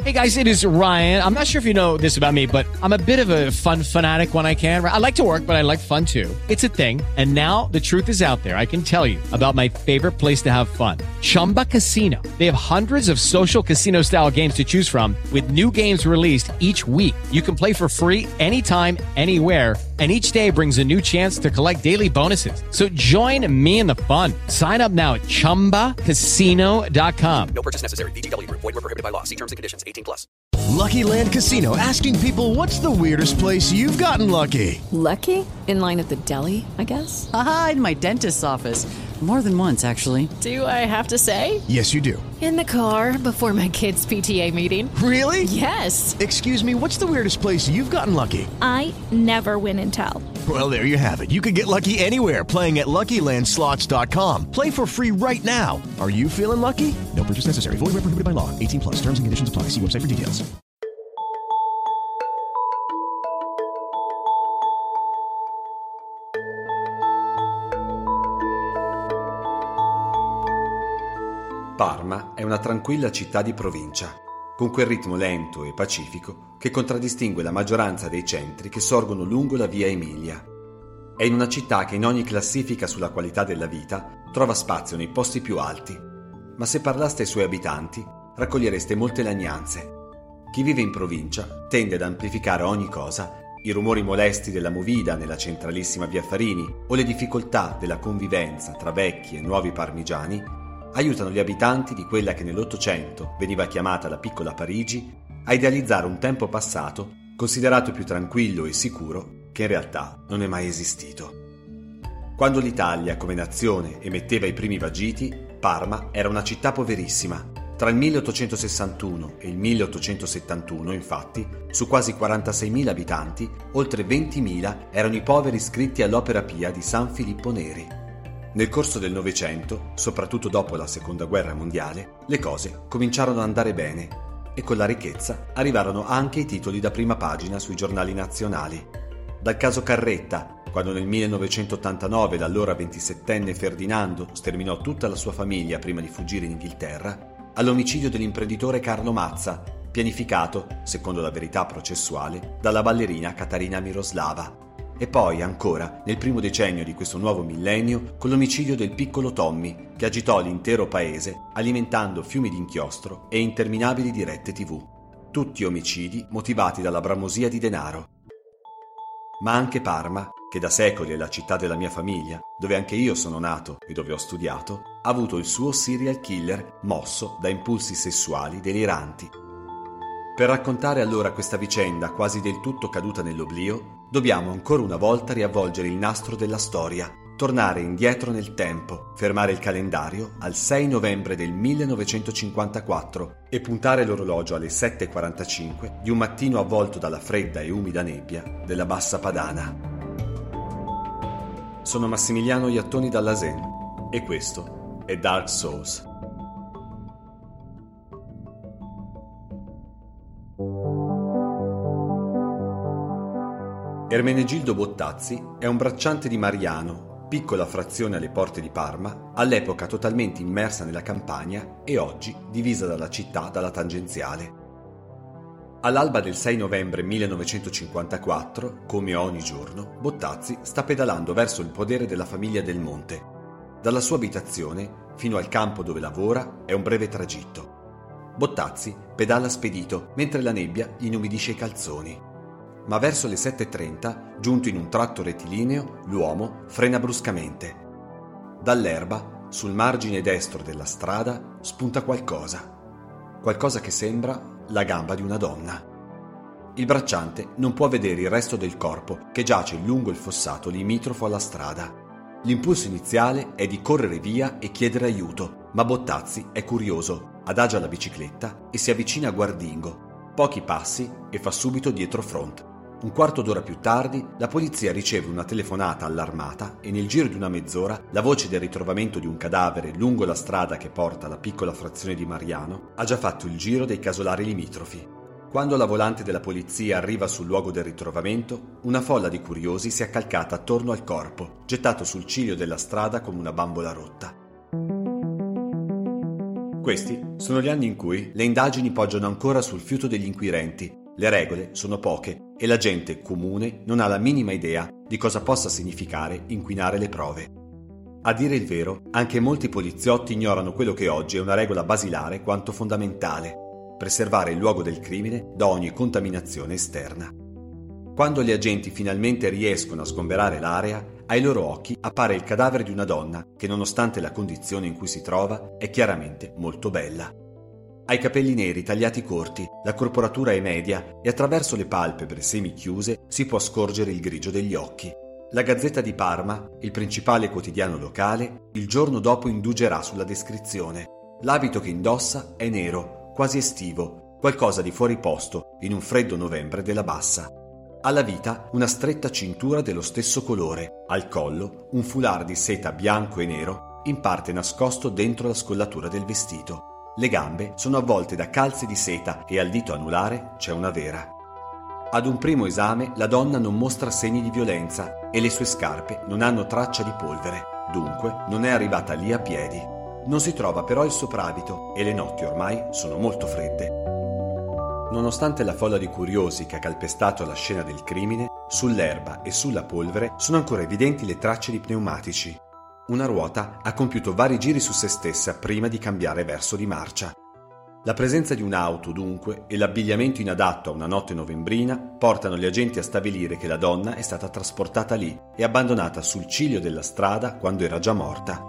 Hey guys, it is Ryan. I'm not sure if you know this about me, but I'm a bit of a fun fanatic when I can. I like to work, but I like fun too. It's a thing. And now the truth is out there. I can tell you about my favorite place to have fun. Chumba Casino. They have hundreds of social casino style games to choose from with new games released each week. You can play for free anytime, anywhere. And each day brings a new chance to collect daily bonuses. So join me in the fun. Sign up now at ChumbaCasino.com. No purchase necessary. VGW Group. Void where prohibited by law. See terms and conditions. 18+. Lucky Land Casino, asking people, what's the weirdest place you've gotten lucky? Lucky? In line at the deli, I guess? Aha, in my dentist's office. More than once, actually. Do I have to say? Yes, you do. In the car before my kids' PTA meeting. Really? Yes. Excuse me, what's the weirdest place you've gotten lucky? I never win and tell. Well, there you have it. You can get lucky anywhere, playing at LuckyLandSlots.com. Play for free right now. Are you feeling lucky? No purchase necessary. Void where prohibited by law. 18+. Terms and conditions apply. See website for details. Parma è una tranquilla città di provincia, con quel ritmo lento e pacifico che contraddistingue la maggioranza dei centri che sorgono lungo la via Emilia. È in una città che in ogni classifica sulla qualità della vita trova spazio nei posti più alti, ma se parlaste ai suoi abitanti raccogliereste molte lagnanze. Chi vive in provincia tende ad amplificare ogni cosa, i rumori molesti della movida nella centralissima via Farini o le difficoltà della convivenza tra vecchi e nuovi parmigiani aiutano gli abitanti di quella che nell'Ottocento veniva chiamata la piccola Parigi a idealizzare un tempo passato considerato più tranquillo e sicuro che in realtà non è mai esistito. Quando l'Italia come nazione emetteva i primi vagiti, Parma era una città poverissima. Tra il 1861 e il 1871, infatti, su quasi 46.000 abitanti, oltre 20.000 erano i poveri iscritti all'Opera Pia di San Filippo Neri. Nel corso del Novecento, soprattutto dopo la Seconda Guerra Mondiale, le cose cominciarono ad andare bene e con la ricchezza arrivarono anche i titoli da prima pagina sui giornali nazionali. Dal caso Carretta, quando nel 1989 l'allora 27enne Ferdinando sterminò tutta la sua famiglia prima di fuggire in Inghilterra, all'omicidio dell'imprenditore Carlo Mazza, pianificato, secondo la verità processuale, dalla ballerina Catarina Miroslava. E poi, ancora, nel primo decennio di questo nuovo millennio, con l'omicidio del piccolo Tommy, che agitò l'intero paese, alimentando fiumi di inchiostro e interminabili dirette TV. Tutti omicidi motivati dalla bramosia di denaro. Ma anche Parma, che da secoli è la città della mia famiglia, dove anche io sono nato e dove ho studiato, ha avuto il suo serial killer mosso da impulsi sessuali deliranti. Per raccontare allora questa vicenda quasi del tutto caduta nell'oblio, dobbiamo ancora una volta riavvolgere il nastro della storia, tornare indietro nel tempo, fermare il calendario al 6 novembre del 1954 e puntare l'orologio alle 7:45 di un mattino avvolto dalla fredda e umida nebbia della Bassa Padana. Sono Massimiliano Iattoni Dallasen e questo è Dark Souls. Ermenegildo Bottazzi è un bracciante di Mariano, piccola frazione alle porte di Parma, all'epoca totalmente immersa nella campagna e oggi divisa dalla città dalla tangenziale. All'alba del 6 novembre 1954, come ogni giorno, Bottazzi sta pedalando verso il podere della famiglia Del Monte. Dalla sua abitazione fino al campo dove lavora è un breve tragitto. Bottazzi pedala spedito mentre la nebbia gli inumidisce i calzoni. Ma verso le 7:30, giunto in un tratto rettilineo, l'uomo frena bruscamente. Dall'erba, sul margine destro della strada, spunta qualcosa. Qualcosa che sembra la gamba di una donna. Il bracciante non può vedere il resto del corpo che giace lungo il fossato limitrofo alla strada. L'impulso iniziale è di correre via e chiedere aiuto, ma Bottazzi è curioso, adagia la bicicletta e si avvicina a guardingo. Pochi passi e fa subito dietro front. Un quarto d'ora più tardi, la polizia riceve una telefonata allarmata e nel giro di una mezz'ora la voce del ritrovamento di un cadavere lungo la strada che porta alla piccola frazione di Mariano ha già fatto il giro dei casolari limitrofi. Quando la volante della polizia arriva sul luogo del ritrovamento, una folla di curiosi si è accalcata attorno al corpo, gettato sul ciglio della strada come una bambola rotta. Questi sono gli anni in cui le indagini poggiano ancora sul fiuto degli inquirenti, le regole sono poche e la gente comune non ha la minima idea di cosa possa significare inquinare le prove. A dire il vero, anche molti poliziotti ignorano quello che oggi è una regola basilare quanto fondamentale: preservare il luogo del crimine da ogni contaminazione esterna. Quando gli agenti finalmente riescono a sgomberare l'area, ai loro occhi appare il cadavere di una donna che, nonostante la condizione in cui si trova, è chiaramente molto bella. Ha i capelli neri tagliati corti, la corporatura è media e attraverso le palpebre semichiuse si può scorgere il grigio degli occhi. La Gazzetta di Parma, il principale quotidiano locale, il giorno dopo indugerà sulla descrizione. L'abito che indossa è nero, quasi estivo, qualcosa di fuori posto in un freddo novembre della Bassa. Alla vita una stretta cintura dello stesso colore, al collo un foulard di seta bianco e nero, in parte nascosto dentro la scollatura del vestito. Le gambe sono avvolte da calze di seta e al dito anulare c'è una vera. Ad un primo esame la donna non mostra segni di violenza e le sue scarpe non hanno traccia di polvere, dunque non è arrivata lì a piedi. Non si trova però il soprabito e le notti ormai sono molto fredde. Nonostante la folla di curiosi che ha calpestato la scena del crimine, sull'erba e sulla polvere sono ancora evidenti le tracce di pneumatici. Una ruota ha compiuto vari giri su se stessa prima di cambiare verso di marcia. La presenza di un'auto, dunque, e l'abbigliamento inadatto a una notte novembrina portano gli agenti a stabilire che la donna è stata trasportata lì e abbandonata sul ciglio della strada quando era già morta.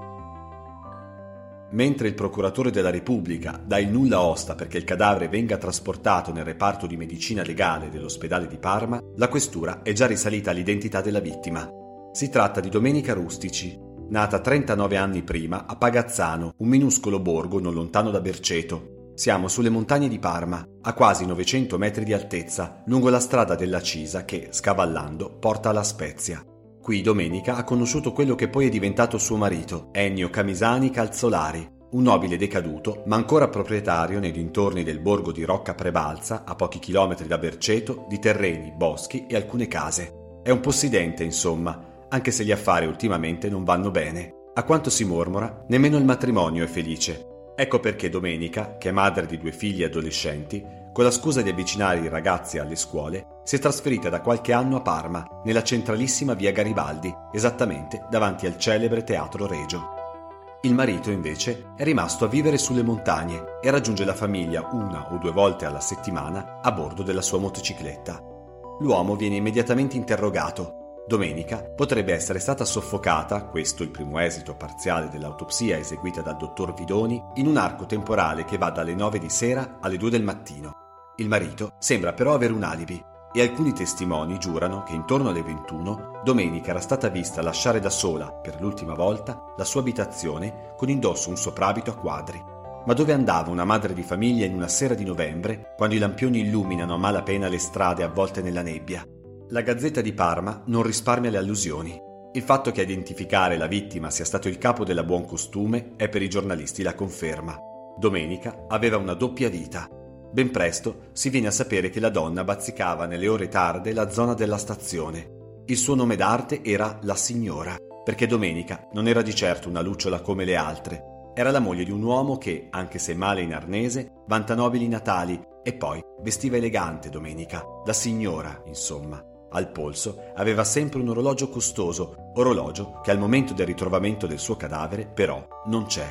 Mentre il procuratore della Repubblica dà il nulla osta perché il cadavere venga trasportato nel reparto di medicina legale dell'ospedale di Parma, la questura è già risalita all'identità della vittima. Si tratta di Domenica Rustici, nata 39 anni prima a Pagazzano, un minuscolo borgo non lontano da Berceto. Siamo sulle montagne di Parma, a quasi 900 metri di altezza, lungo la strada della Cisa che, scavallando, porta alla Spezia. Qui Domenica ha conosciuto quello che poi è diventato suo marito, Ennio Camisani Calzolari, un nobile decaduto, ma ancora proprietario nei dintorni del borgo di Rocca Prebalza, a pochi chilometri da Berceto, di terreni, boschi e alcune case. È un possidente, insomma, anche se gli affari ultimamente non vanno bene. A quanto si mormora, nemmeno il matrimonio è felice. Ecco perché Domenica, che è madre di 2 figli adolescenti, con la scusa di avvicinare i ragazzi alle scuole, si è trasferita da qualche anno a Parma, nella centralissima via Garibaldi, esattamente davanti al celebre Teatro Regio. Il marito, invece, è rimasto a vivere sulle montagne e raggiunge la famiglia 1 o 2 volte alla settimana a bordo della sua motocicletta. L'uomo viene immediatamente interrogato. Domenica potrebbe essere stata soffocata, questo il primo esito parziale dell'autopsia eseguita dal dottor Vidoni, in un arco temporale che va dalle 9 di sera alle 2 del mattino. Il marito sembra però avere un alibi e alcuni testimoni giurano che intorno alle 21 Domenica era stata vista lasciare da sola, per l'ultima volta, la sua abitazione con indosso un soprabito a quadri. Ma dove andava una madre di famiglia in una sera di novembre, quando i lampioni illuminano a malapena le strade avvolte nella nebbia? La Gazzetta di Parma non risparmia le allusioni. Il fatto che a identificare la vittima sia stato il capo della buon costume è per i giornalisti la conferma. Domenica aveva una doppia vita. Ben presto si viene a sapere che la donna bazzicava nelle ore tarde la zona della stazione. Il suo nome d'arte era La Signora, perché Domenica non era di certo una lucciola come le altre. Era la moglie di un uomo che, anche se male in arnese, vanta nobili natali e poi vestiva elegante Domenica, da signora, insomma. Al polso aveva sempre un orologio costoso, orologio che al momento del ritrovamento del suo cadavere però non c'è.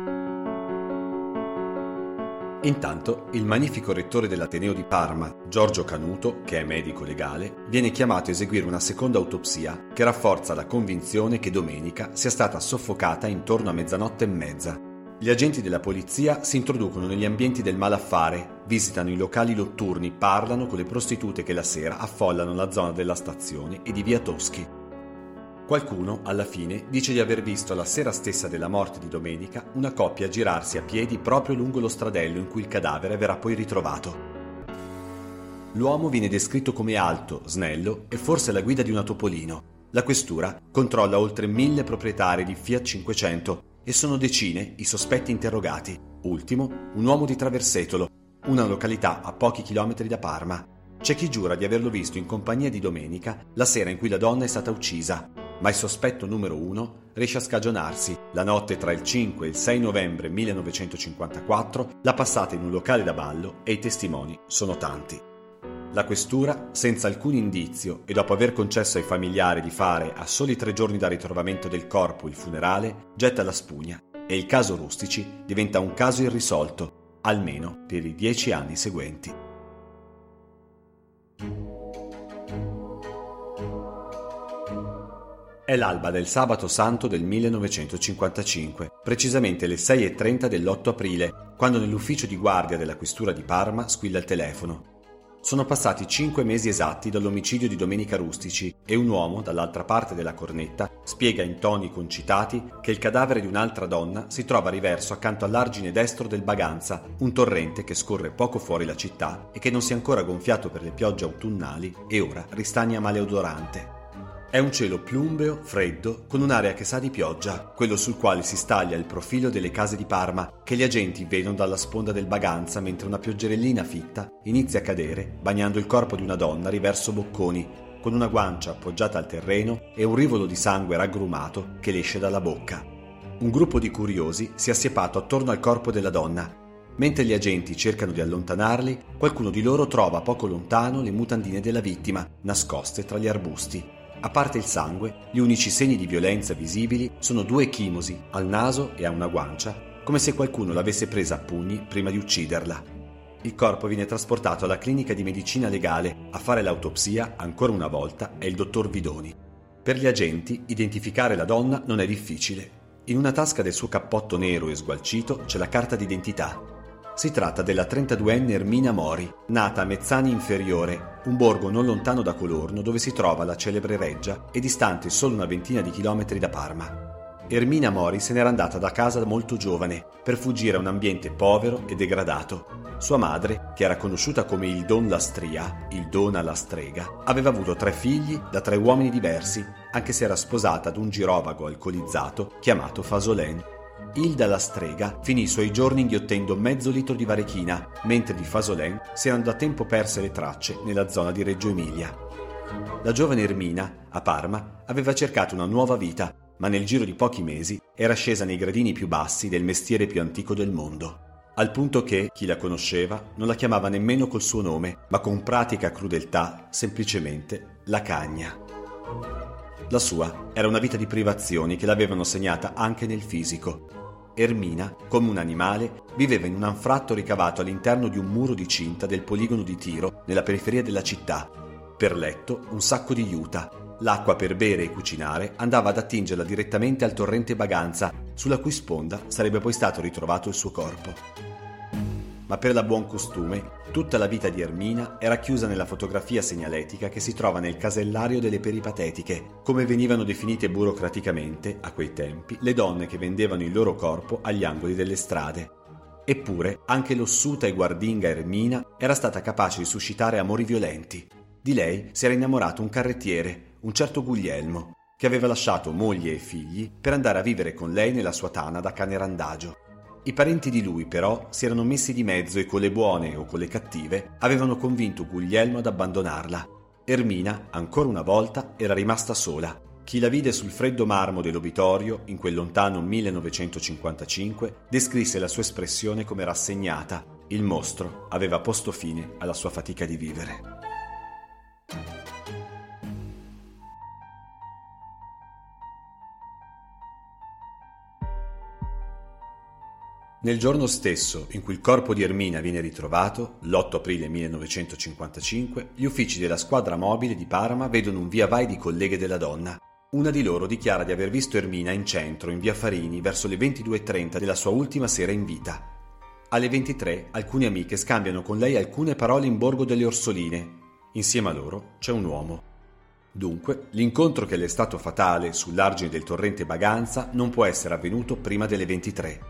Intanto il magnifico rettore dell'Ateneo di Parma, Giorgio Canuto, che è medico legale, viene chiamato a eseguire una seconda autopsia che rafforza la convinzione che Domenica sia stata soffocata intorno a 00:30. Gli agenti della polizia si introducono negli ambienti del malaffare, visitano i locali notturni, parlano con le prostitute che la sera affollano la zona della stazione e di via Toschi. Qualcuno, alla fine, dice di aver visto la sera stessa della morte di Domenica una coppia girarsi a piedi proprio lungo lo stradello in cui il cadavere verrà poi ritrovato. L'uomo viene descritto come alto, snello e forse alla guida di una Topolino. La questura controlla oltre 1000 proprietari di Fiat 500 e sono decine i sospetti interrogati. Ultimo, un uomo di Traversetolo, una località a pochi chilometri da Parma. C'è chi giura di averlo visto in compagnia di Domenica la sera in cui la donna è stata uccisa. ma il sospetto numero 1 riesce a scagionarsi. La notte tra il 5 e il 6 novembre 1954 l'ha passata in un locale da ballo e i testimoni sono tanti. La questura, senza alcun indizio e dopo aver concesso ai familiari di fare a soli 3 giorni dal ritrovamento del corpo il funerale, getta la spugna e il caso Rustici diventa un caso irrisolto, almeno per i 10 anni seguenti. È l'alba del sabato santo del 1955, precisamente le 6:30 dell'8 aprile, quando nell'ufficio di guardia della questura di Parma squilla il telefono. Sono passati 5 mesi esatti dall'omicidio di Domenica Rustici e un uomo, dall'altra parte della cornetta, spiega in toni concitati che il cadavere di un'altra donna si trova riverso accanto all'argine destro del Baganza, un torrente che scorre poco fuori la città e che non si è ancora gonfiato per le piogge autunnali e ora ristagna maleodorante. È un cielo plumbeo, freddo, con un'aria che sa di pioggia, quello sul quale si staglia il profilo delle case di Parma, che gli agenti vedono dalla sponda del Baganza mentre una pioggerellina fitta inizia a cadere, bagnando il corpo di una donna riverso bocconi, con una guancia appoggiata al terreno e un rivolo di sangue raggrumato che le esce dalla bocca. Un gruppo di curiosi si è assiepato attorno al corpo della donna. Mentre gli agenti cercano di allontanarli, qualcuno di loro trova poco lontano le mutandine della vittima, nascoste tra gli arbusti. A parte il sangue, gli unici segni di violenza visibili sono 2 ecchimosi al naso e a una guancia, come se qualcuno l'avesse presa a pugni prima di ucciderla. Il corpo viene trasportato alla clinica di medicina legale. A fare l'autopsia, ancora una volta, è il dottor Vidoni. Per gli agenti, identificare la donna non è difficile. In una tasca del suo cappotto nero e sgualcito c'è la carta d'identità. Si tratta della 32enne Ermina Mori, nata a Mezzani Inferiore, un borgo non lontano da Colorno dove si trova la celebre reggia e distante solo una ventina di chilometri da Parma. Ermina Mori se n'era andata da casa molto giovane per fuggire a un ambiente povero e degradato. Sua madre, che era conosciuta come il Don Lastria, il Dona la strega, aveva avuto 3 figli da 3 uomini diversi, anche se era sposata ad un girovago alcolizzato chiamato Fasolin. Hilda la strega finì i suoi giorni inghiottendo mezzo litro di varechina, mentre di Fasolin si erano da tempo perse le tracce nella zona di Reggio Emilia. La giovane Ermina, a Parma, aveva cercato una nuova vita, ma nel giro di pochi mesi era scesa nei gradini più bassi del mestiere più antico del mondo, al punto che chi la conosceva non la chiamava nemmeno col suo nome, ma con pratica crudeltà semplicemente la cagna. La sua era una vita di privazioni che l'avevano segnata anche nel fisico. Ermina, come un animale, viveva in un anfratto ricavato all'interno di un muro di cinta del poligono di tiro nella periferia della città. Per letto un sacco di juta. L'acqua per bere e cucinare andava ad attingerla direttamente al torrente Baganza, sulla cui sponda sarebbe poi stato ritrovato il suo corpo. Ma per la buon costume, tutta la vita di Ermina era chiusa nella fotografia segnaletica che si trova nel casellario delle peripatetiche, come venivano definite burocraticamente, a quei tempi, le donne che vendevano il loro corpo agli angoli delle strade. Eppure, anche l'ossuta e guardinga Ermina era stata capace di suscitare amori violenti. Di lei si era innamorato un carrettiere, un certo Guglielmo, che aveva lasciato moglie e figli per andare a vivere con lei nella sua tana da cane randagio. I parenti di lui, però, si erano messi di mezzo e con le buone o con le cattive avevano convinto Guglielmo ad abbandonarla. Ermina, ancora una volta, era rimasta sola. Chi la vide sul freddo marmo dell'obitorio, in quel lontano 1955, descrisse la sua espressione come rassegnata. Il mostro aveva posto fine alla sua fatica di vivere. Nel giorno stesso in cui il corpo di Ermina viene ritrovato, l'8 aprile 1955, gli uffici della squadra mobile di Parma vedono un via vai di colleghe della donna. Una di loro dichiara di aver visto Ermina in centro, in via Farini, verso le 22:30 della sua ultima sera in vita. Alle 23 alcune amiche scambiano con lei alcune parole in Borgo delle Orsoline. Insieme a loro c'è un uomo. Dunque, l'incontro che le è stato fatale sull'argine del torrente Baganza non può essere avvenuto prima delle 23.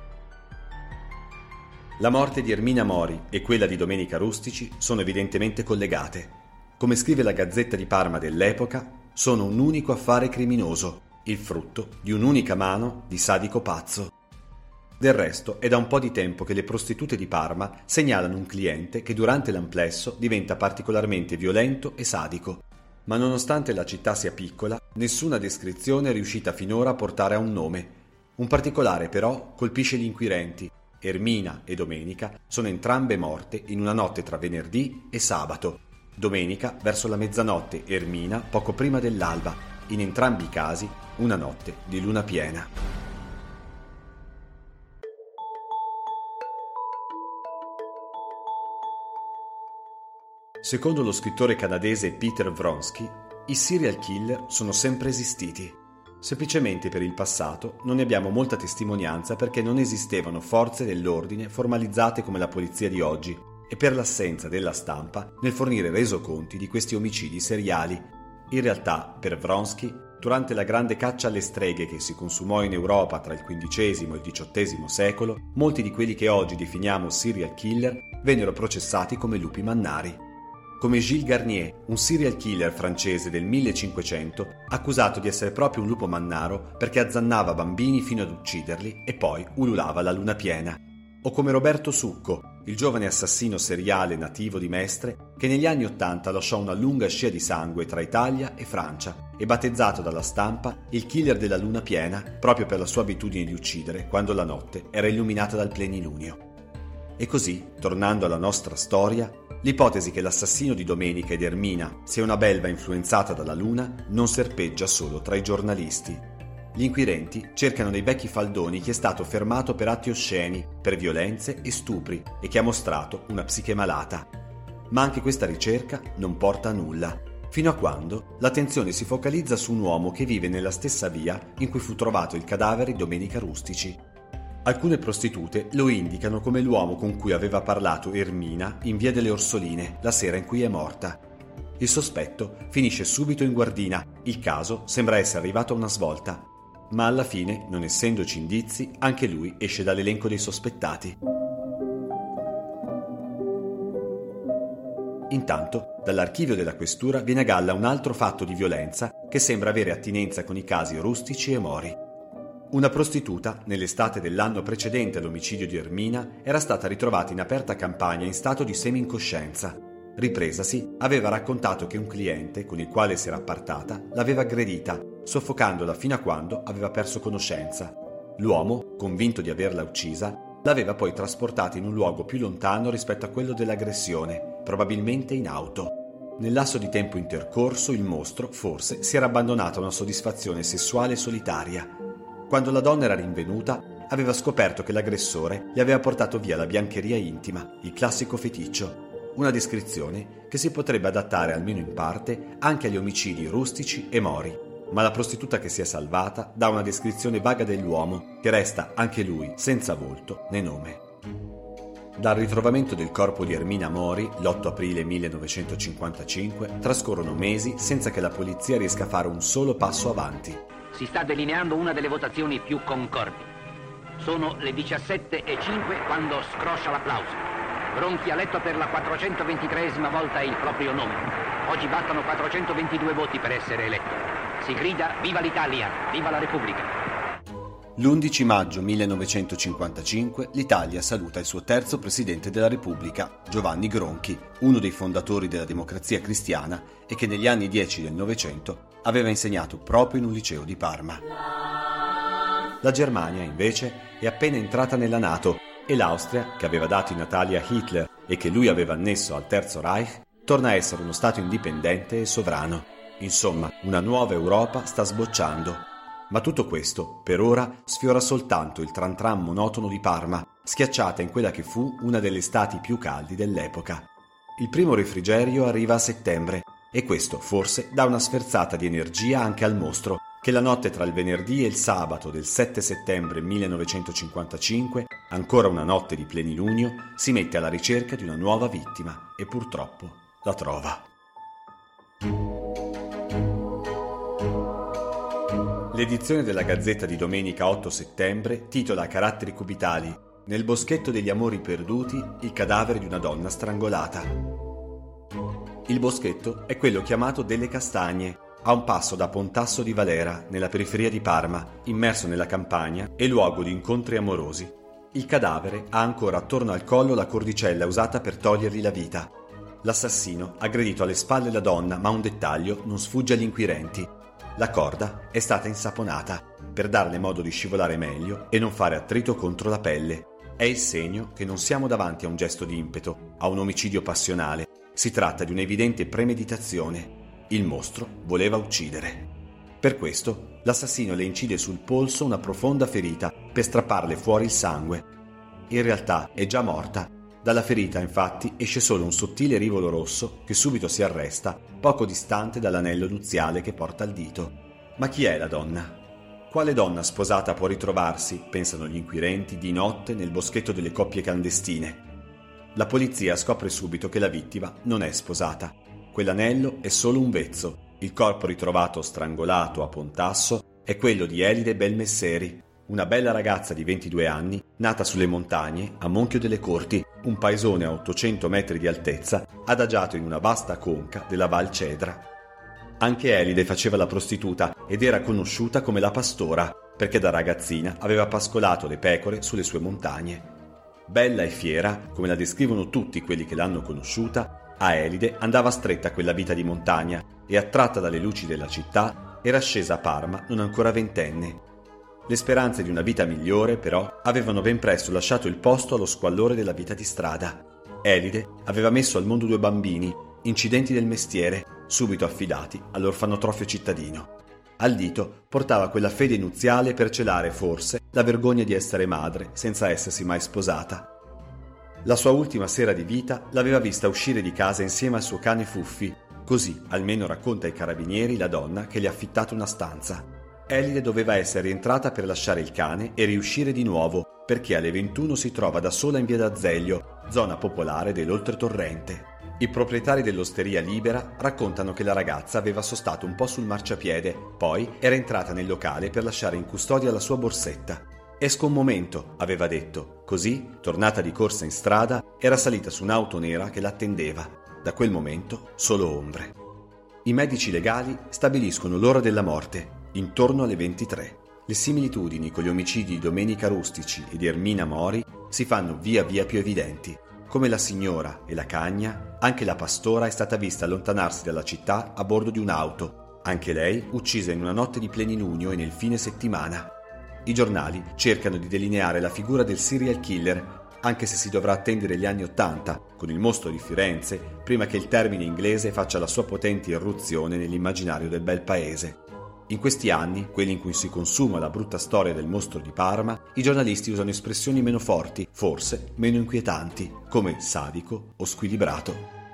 La morte di Ermina Mori e quella di Domenica Rustici sono evidentemente collegate. Come scrive la Gazzetta di Parma dell'epoca, sono un unico affare criminoso, il frutto di un'unica mano di sadico pazzo. Del resto è da un po' di tempo che le prostitute di Parma segnalano un cliente che durante l'amplesso diventa particolarmente violento e sadico. Ma nonostante la città sia piccola, Nessuna descrizione è riuscita finora a portare a un nome. Un particolare però colpisce gli inquirenti. Ermina e Domenica sono entrambe morte in una notte tra venerdì e sabato. Domenica verso la mezzanotte, Ermina poco prima dell'alba. In entrambi i casi una notte di luna piena. Secondo lo scrittore canadese Peter Vronsky, i serial killer sono sempre esistiti. Semplicemente per il passato non ne abbiamo molta testimonianza perché non esistevano forze dell'ordine formalizzate come la polizia di oggi e per l'assenza della stampa nel fornire resoconti di questi omicidi seriali. In realtà, per Vronsky, durante la grande caccia alle streghe che si consumò in Europa tra il XV e il XVIII secolo, molti di quelli che oggi definiamo serial killer vennero processati come lupi mannari. Come Gilles Garnier, un serial killer francese del 1500, accusato di essere proprio un lupo mannaro perché azzannava bambini fino ad ucciderli e poi ululava la luna piena. O come Roberto Succo, il giovane assassino seriale nativo di Mestre che negli anni '80 lasciò una lunga scia di sangue tra Italia e Francia e battezzato dalla stampa il killer della luna piena proprio per la sua abitudine di uccidere quando la notte era illuminata dal plenilunio. E così, tornando alla nostra storia, l'ipotesi che l'assassino di Domenica ed Ermina sia una belva influenzata dalla luna non serpeggia solo tra i giornalisti. Gli inquirenti cercano nei vecchi faldoni chi è stato fermato per atti osceni, per violenze e stupri e chi ha mostrato una psiche malata. Ma anche questa ricerca non porta a nulla, fino a quando l'attenzione si focalizza su un uomo che vive nella stessa via in cui fu trovato il cadavere di Domenica Rustici. Alcune prostitute lo indicano come l'uomo con cui aveva parlato Ermina in via delle Orsoline la sera in cui è morta. Il sospetto finisce subito in guardina, il caso sembra essere arrivato a una svolta, ma alla fine, non essendoci indizi, anche lui esce dall'elenco dei sospettati. Intanto, dall'archivio della questura viene a galla un altro fatto di violenza che sembra avere attinenza con i casi Rustici e Mori. Una prostituta, nell'estate dell'anno precedente all'omicidio di Ermina, era stata ritrovata in aperta campagna in stato di semi-incoscienza. Ripresasi, aveva raccontato che un cliente, con il quale si era appartata, l'aveva aggredita, soffocandola fino a quando aveva perso conoscenza. L'uomo, convinto di averla uccisa, l'aveva poi trasportata in un luogo più lontano rispetto a quello dell'aggressione, probabilmente in auto. Nel lasso di tempo intercorso, il mostro, forse, si era abbandonato a una soddisfazione sessuale solitaria. Quando la donna era rinvenuta, aveva scoperto che l'aggressore gli aveva portato via la biancheria intima, il classico feticcio. Una descrizione che si potrebbe adattare almeno in parte anche agli omicidi Rustici e Mori, ma la prostituta che si è salvata dà una descrizione vaga dell'uomo, che resta anche lui senza volto né nome. Dal ritrovamento del corpo di Ermina Mori, l'8 aprile 1955, trascorrono mesi senza che la polizia riesca a fare un solo passo avanti. Si sta delineando una delle votazioni più concordi. Sono le 17:05 quando scroscia l'applauso. Ronchi ha letto per la 423esima volta il proprio nome. Oggi bastano 422 voti per essere eletto. Si grida Viva l'Italia, viva la Repubblica. L'11 maggio 1955 l'Italia saluta il suo terzo presidente della Repubblica, Giovanni Gronchi, uno dei fondatori della Democrazia Cristiana e che negli anni 10 del Novecento aveva insegnato proprio in un liceo di Parma. La Germania, invece, è appena entrata nella NATO e l'Austria, che aveva dato i natali a Hitler e che lui aveva annesso al Terzo Reich, torna a essere uno Stato indipendente e sovrano. Insomma, una nuova Europa sta sbocciando. Ma tutto questo, per ora, sfiora soltanto il tran tran monotono di Parma, schiacciata in quella che fu una delle estati più caldi dell'epoca. Il primo refrigerio arriva a settembre e questo forse dà una sferzata di energia anche al mostro, che la notte tra il venerdì e il sabato del 7 settembre 1955, ancora una notte di plenilunio, si mette alla ricerca di una nuova vittima e purtroppo la trova. L'edizione della Gazzetta di domenica 8 settembre titola a caratteri cubitali «Nel boschetto degli amori perduti, il cadavere di una donna strangolata». Il boschetto è quello chiamato delle Castagne, a un passo da Pontasso di Valera, nella periferia di Parma, immerso nella campagna e luogo di incontri amorosi. Il cadavere ha ancora attorno al collo la cordicella usata per togliergli la vita. L'assassino ha aggredito alle spalle la donna, ma un dettaglio non sfugge agli inquirenti. La corda è stata insaponata per darle modo di scivolare meglio e non fare attrito contro la pelle. È il segno che non siamo davanti a un gesto di impeto, a un omicidio passionale. Si tratta di un'evidente premeditazione. Il mostro voleva uccidere. Per questo, l'assassino le incide sul polso una profonda ferita per strapparle fuori il sangue. In realtà è già morta. Dalla ferita, infatti, esce solo un sottile rivolo rosso che subito si arresta, poco distante dall'anello nuziale che porta al dito. Ma chi è la donna? Quale donna sposata può ritrovarsi, pensano gli inquirenti, di notte nel boschetto delle coppie clandestine? La polizia scopre subito che la vittima non è sposata. Quell'anello è solo un vezzo. Il corpo ritrovato strangolato a Pontasso è quello di Elide Belmesseri, una bella ragazza di 22 anni, nata sulle montagne a Monchio delle Corti, un paesone a 800 metri di altezza, adagiato in una vasta conca della Val Cedra. Anche Elide faceva la prostituta ed era conosciuta come la pastora, perché da ragazzina aveva pascolato le pecore sulle sue montagne. Bella e fiera, come la descrivono tutti quelli che l'hanno conosciuta, a Elide andava stretta quella vita di montagna e, attratta dalle luci della città, era scesa a Parma non ancora ventenne. Le speranze di una vita migliore, però, avevano ben presto lasciato il posto allo squallore della vita di strada. Elide aveva messo al mondo 2 bambini, incidenti del mestiere, subito affidati all'orfanotrofio cittadino. Al dito portava quella fede nuziale per celare, forse, la vergogna di essere madre senza essersi mai sposata. La sua ultima sera di vita l'aveva vista uscire di casa insieme al suo cane Fuffi, così almeno racconta ai carabinieri la donna che gli ha affittato una stanza. Elide doveva essere rientrata per lasciare il cane e riuscire di nuovo, perché alle 21 si trova da sola in via d'Azeglio, zona popolare dell'Oltretorrente. I proprietari dell'Osteria Libera raccontano che la ragazza aveva sostato un po' sul marciapiede, poi era entrata nel locale per lasciare in custodia la sua borsetta. Esco un momento, aveva detto. Così, tornata di corsa in strada, era salita su un'auto nera che l'attendeva. Da quel momento, solo ombre. I medici legali stabiliscono l'ora della morte, intorno alle 23. Le similitudini con gli omicidi di Domenica Rustici e di Ermina Mori si fanno via via più evidenti. Come la signora e la cagna, anche la pastora è stata vista allontanarsi dalla città a bordo di un'auto, anche lei uccisa in una notte di plenilunio e nel fine settimana. I giornali cercano di delineare la figura del serial killer, anche se si dovrà attendere gli anni '80, con il mostro di Firenze, prima che il termine inglese faccia la sua potente irruzione nell'immaginario del bel paese. In questi anni, quelli in cui si consuma la brutta storia del mostro di Parma, i giornalisti usano espressioni meno forti, forse meno inquietanti, come sadico o squilibrato.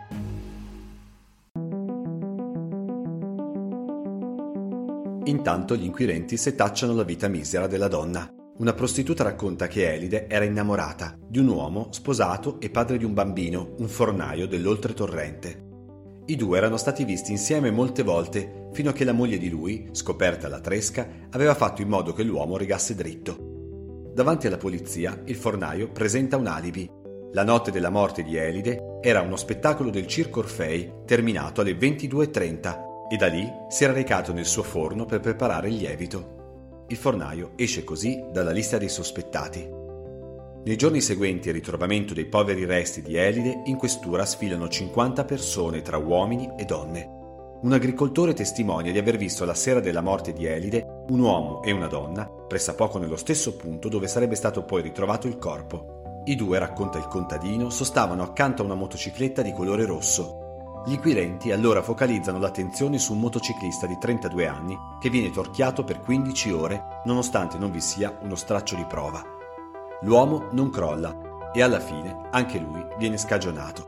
Intanto gli inquirenti setacciano la vita misera della donna. Una prostituta racconta che Elide era innamorata di un uomo sposato e padre di un bambino, un fornaio dell'Oltretorrente. I due erano stati visti insieme molte volte, fino a che la moglie di lui, scoperta la tresca, aveva fatto in modo che l'uomo rigasse dritto. Davanti alla polizia, il fornaio presenta un alibi. La notte della morte di Elide era uno spettacolo del Circo Orfei, terminato alle 22:30, e da lì si era recato nel suo forno per preparare il lievito. Il fornaio esce così dalla lista dei sospettati. Nei giorni seguenti al ritrovamento dei poveri resti di Elide, in questura sfilano 50 persone tra uomini e donne. Un agricoltore testimonia di aver visto la sera della morte di Elide un uomo e una donna, pressappoco nello stesso punto dove sarebbe stato poi ritrovato il corpo. I due, racconta il contadino, sostavano accanto a una motocicletta di colore rosso. Gli inquirenti allora focalizzano l'attenzione su un motociclista di 32 anni che viene torchiato per 15 ore nonostante non vi sia uno straccio di prova. L'uomo non crolla e alla fine anche lui viene scagionato.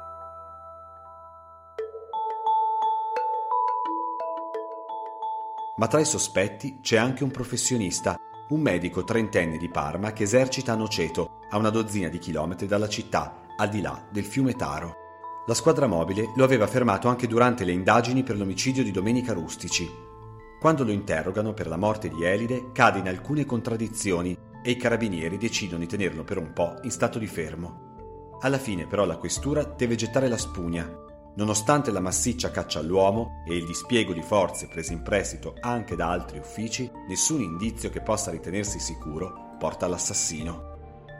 Ma tra i sospetti c'è anche un professionista, un medico trentenne di Parma che esercita a Noceto, a una dozzina di chilometri dalla città, al di là del fiume Taro. La squadra mobile lo aveva fermato anche durante le indagini per l'omicidio di Domenica Rustici. Quando lo interrogano per la morte di Elide, cade in alcune contraddizioni e i carabinieri decidono di tenerlo per un po' in stato di fermo. Alla fine però la questura deve gettare la spugna. Nonostante la massiccia caccia all'uomo e il dispiego di forze prese in prestito anche da altri uffici, nessun indizio che possa ritenersi sicuro porta all'assassino.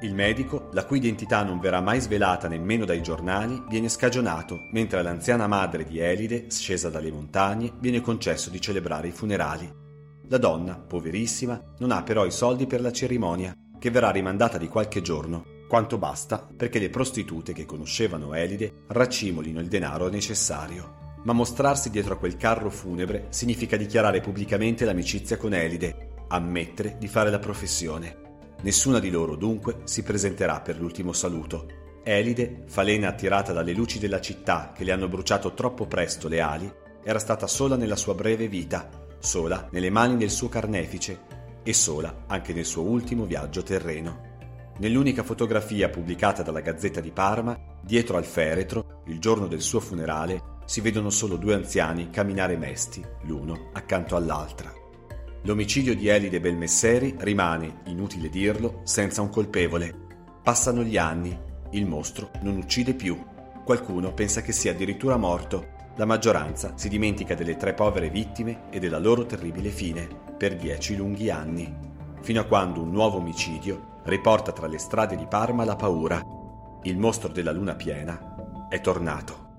Il medico, la cui identità non verrà mai svelata nemmeno dai giornali, viene scagionato, mentre all'anziana madre di Elide, scesa dalle montagne, viene concesso di celebrare i funerali. La donna, poverissima, non ha però i soldi per la cerimonia, che verrà rimandata di qualche giorno, quanto basta perché le prostitute che conoscevano Elide raccimolino il denaro necessario. Ma mostrarsi dietro a quel carro funebre significa dichiarare pubblicamente l'amicizia con Elide, ammettere di fare la professione. Nessuna di loro, dunque, si presenterà per l'ultimo saluto. Elide, falena attirata dalle luci della città che le hanno bruciato troppo presto le ali, era stata sola nella sua breve vita, sola nelle mani del suo carnefice e sola anche nel suo ultimo viaggio terreno. Nell'unica fotografia pubblicata dalla Gazzetta di Parma, dietro al feretro, il giorno del suo funerale, si vedono solo due anziani camminare mesti, l'uno accanto all'altra. L'omicidio di Elide Belmesseri rimane, inutile dirlo, senza un colpevole. Passano gli anni, il mostro non uccide più. Qualcuno pensa che sia addirittura morto. La maggioranza si dimentica delle 3 povere vittime e della loro terribile fine, per 10 lunghi anni. Fino a quando un nuovo omicidio riporta tra le strade di Parma la paura. Il mostro della luna piena è tornato.